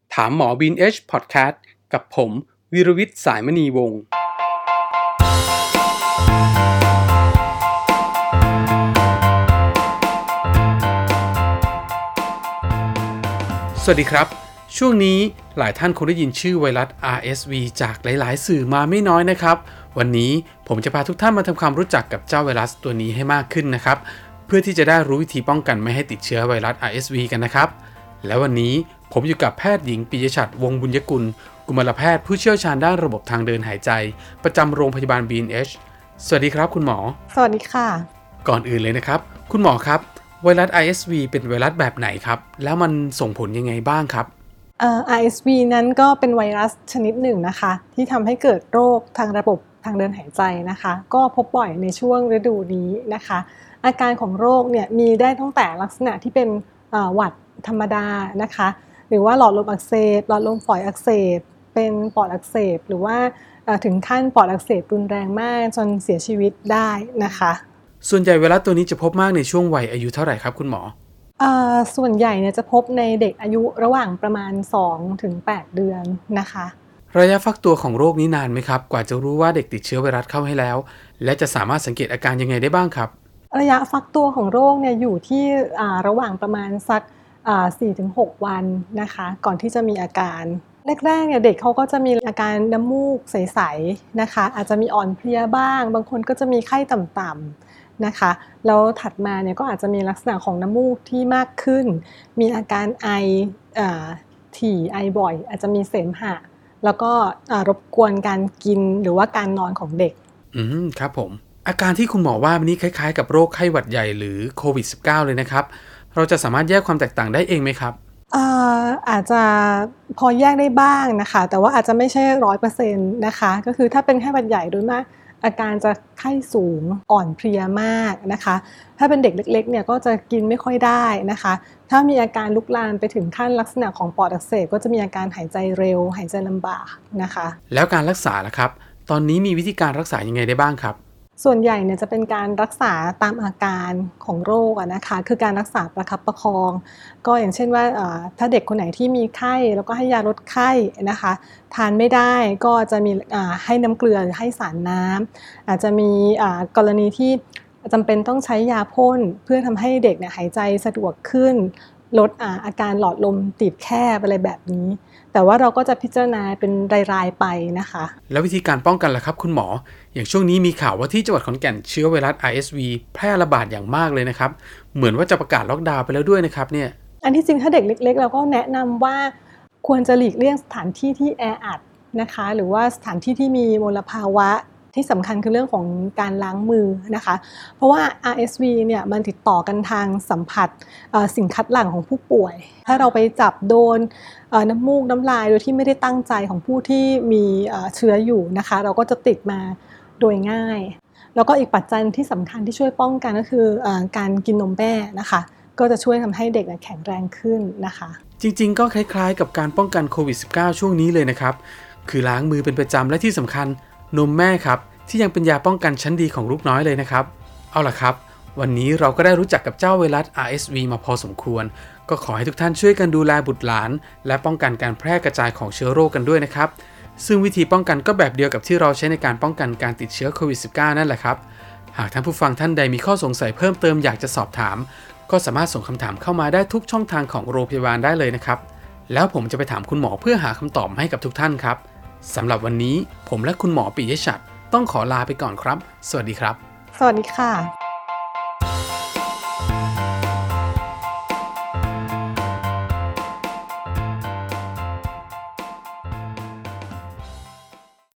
ถามหมอบีนเอชพอดแคสต์กับผมวีรวิทย์สายมณีวงศ์สวัสดีครับช่วงนี้หลายท่านคงได้ยินชื่อไวรัส RSV จากหลายๆสื่อมาไม่น้อยนะครับวันนี้ผมจะพาทุกท่านมาทำความรู้จักกับเจ้าไวรัสตัวนี้ให้มากขึ้นนะครับเพื่อที่จะได้รู้วิธีป้องกันไม่ให้ติดเชื้อไวรัส RSV กันนะครับและวันนี้ผมอยู่กับแพทย์หญิงปิยชัดวงศ์บุญยกุลกุมารแพทย์ผู้เชี่ยวชาญด้านระบบทางเดินหายใจประจำโรงพยาบาล B&H สวัสดีครับคุณหมอสวัสดีค่ะก่อนอื่นเลยนะครับคุณหมอครับไวรัส RSV เป็นไวรัสแบบไหนครับแล้วมันส่งผลยังไงบ้างครับ RSV นั้นก็เป็นไวรัสชนิดหนึ่งนะคะที่ทำให้เกิดโรคทางระบบทางเดินหายใจนะคะก็พบบ่อยในช่วงฤดูนี้นะคะอาการของโรคเนี่ยมีได้ตั้งแต่ลักษณะที่เป็นหวัดธรรมดานะคะหรือว่าหลอดลมอักเสบหลอดลมฝอยอักเสบเป็นปอดอักเสบหรือว่าถึงขั้นปอดอักเสบรุนแรงมากจนเสียชีวิตได้นะคะส่วนใหญ่ไวรัสตัวนี้จะพบมากในช่วงวัยอายุเท่าไหร่ครับคุณหมอส่วนใหญ่เนี่ยจะพบในเด็กอายุระหว่างประมาณ 2-8 เดือนนะคะระยะฟักตัวของโรคนี้นานไหมครับกว่าจะรู้ว่าเด็กติดเชื้อไวรัสเข้าให้แล้วและจะสามารถสังเกตอาการยังไงได้บ้างครับระยะฟักตัวของโรคเนี่ยอยู่ที่ระหว่างประมาณสัก4-6 วันนะคะก่อนที่จะมีอาการแรกๆเนี่ยเด็กเขาก็จะมีอาการน้ำมูกใสๆนะคะอาจจะมีอ่อนเพลียบ้างบางคนก็จะมีไข้ต่ำๆนะคะแล้วถัดมาเนี่ยก็อาจจะมีลักษณะของน้ำมูกที่มากขึ้นมีอาการไอถี่ไอบ่อยอาจจะมีเสมหะแล้วก็รบกวนการกินหรือว่าการนอนของเด็กครับผมอาการที่คุณหมอว่านี้คล้ายๆกับโรคไข้หวัดใหญ่หรือโควิด -19 เลยนะครับเราจะสามารถแยกความแตกต่างได้เองไหมครับอาจจะพอแยกได้บ้างนะคะแต่ว่าอาจจะไม่ใช่ 100% นะคะก็คือถ้าเป็นไข้หวัดใหญ่โดยมากอาการจะไข้สูงอ่อนเพลียมากนะคะถ้าเป็นเด็กเล็กๆเนี่ยก็จะกินไม่ค่อยได้นะคะถ้ามีอาการลุกลามไปถึงขั้นลักษณะของปอดอักเสบก็จะมีอาการหายใจเร็วหายใจลำบากนะคะแล้วการรักษาล่ะครับตอนนี้มีวิธีการรักษายังไงได้บ้างครับส่วนใหญ่เนี่ยจะเป็นการรักษาตามอาการของโรคนะคะคือการรักษาประคับประคองก็อย่างเช่นว่าถ้าเด็กคนไหนที่มีไข้แล้วก็ให้ยาลดไข้นะคะทานไม่ได้ก็จะมีให้น้ำเกลือหรือให้สารน้ำอาจจะมีกรณีที่จำเป็นต้องใช้ยาพ่นเพื่อทำให้เด็กเนี่ยหายใจสะดวกขึ้นลดอาการหลอดลมตีบแคบอะไรแบบนี้แต่ว่าเราก็จะพิจารณาเป็นรายๆไปนะคะแล้ววิธีการป้องกันล่ะครับคุณหมออย่างช่วงนี้มีข่าวว่าที่จังหวัดขอนแก่นเชื้อไวรัส RSV แพร่ระบาดอย่างมากเลยนะครับเหมือนว่าจะประกาศล็อกดาวน์ไปแล้วด้วยนะครับเนี่ยอันที่จริงถ้าเด็กเล็กๆเราก็แนะนำว่าควรจะหลีกเลี่ยงสถานที่ที่แออัดนะคะหรือว่าสถานที่ที่มีมลภาวะที่สำคัญคือเรื่องของการล้างมือนะคะเพราะว่า RSV เนี่ยมันติดต่อกันทางสัมผัสสิ่งคัดหลั่งของผู้ป่วยถ้าเราไปจับโดนน้ำมูกน้ำลายโดยที่ไม่ได้ตั้งใจของผู้ที่มีเชื้ออยู่นะคะเราก็จะติดมาโดยง่ายแล้วก็อีกปัจจัยที่สำคัญที่ช่วยป้องกันก็คือการกินนมแม่นะคะก็จะช่วยทำให้เด็กแข็งแรงขึ้นนะคะจริงๆก็คล้ายๆกับการป้องกันโควิด -19 ช่วงนี้เลยนะครับคือล้างมือเป็นประจำและที่สำคัญนมแม่ครับที่ยังเป็นยาป้องกันชั้นดีของลูกน้อยเลยนะครับเอาล่ะครับวันนี้เราก็ได้รู้จักกับเจ้าไวรัส RSV มาพอสมควรก็ขอให้ทุกท่านช่วยกันดูแลบุตรหลานและป้องกันการแพร่กระจายของเชื้อโรคกันด้วยนะครับซึ่งวิธีป้องกันก็แบบเดียวกับที่เราใช้ในการป้องกันการติดเชื้อโควิด -19 นั่นแหละครับหากท่านผู้ฟังท่านใดมีข้อสงสัยเพิ่มเติมอยากจะสอบถามก็สามารถส่งคำถามเข้ามาได้ทุกช่องทางของโรงพยาบาลได้เลยนะครับแล้วผมจะไปถามคุณหมอเพื่อหาคำตอบให้กับทุกท่านครับสำหรับวันนี้ผมและคุณหมอปิยชัดต้องขอลาไปก่อนครับสวัสดีครับสวัสดีค่ะ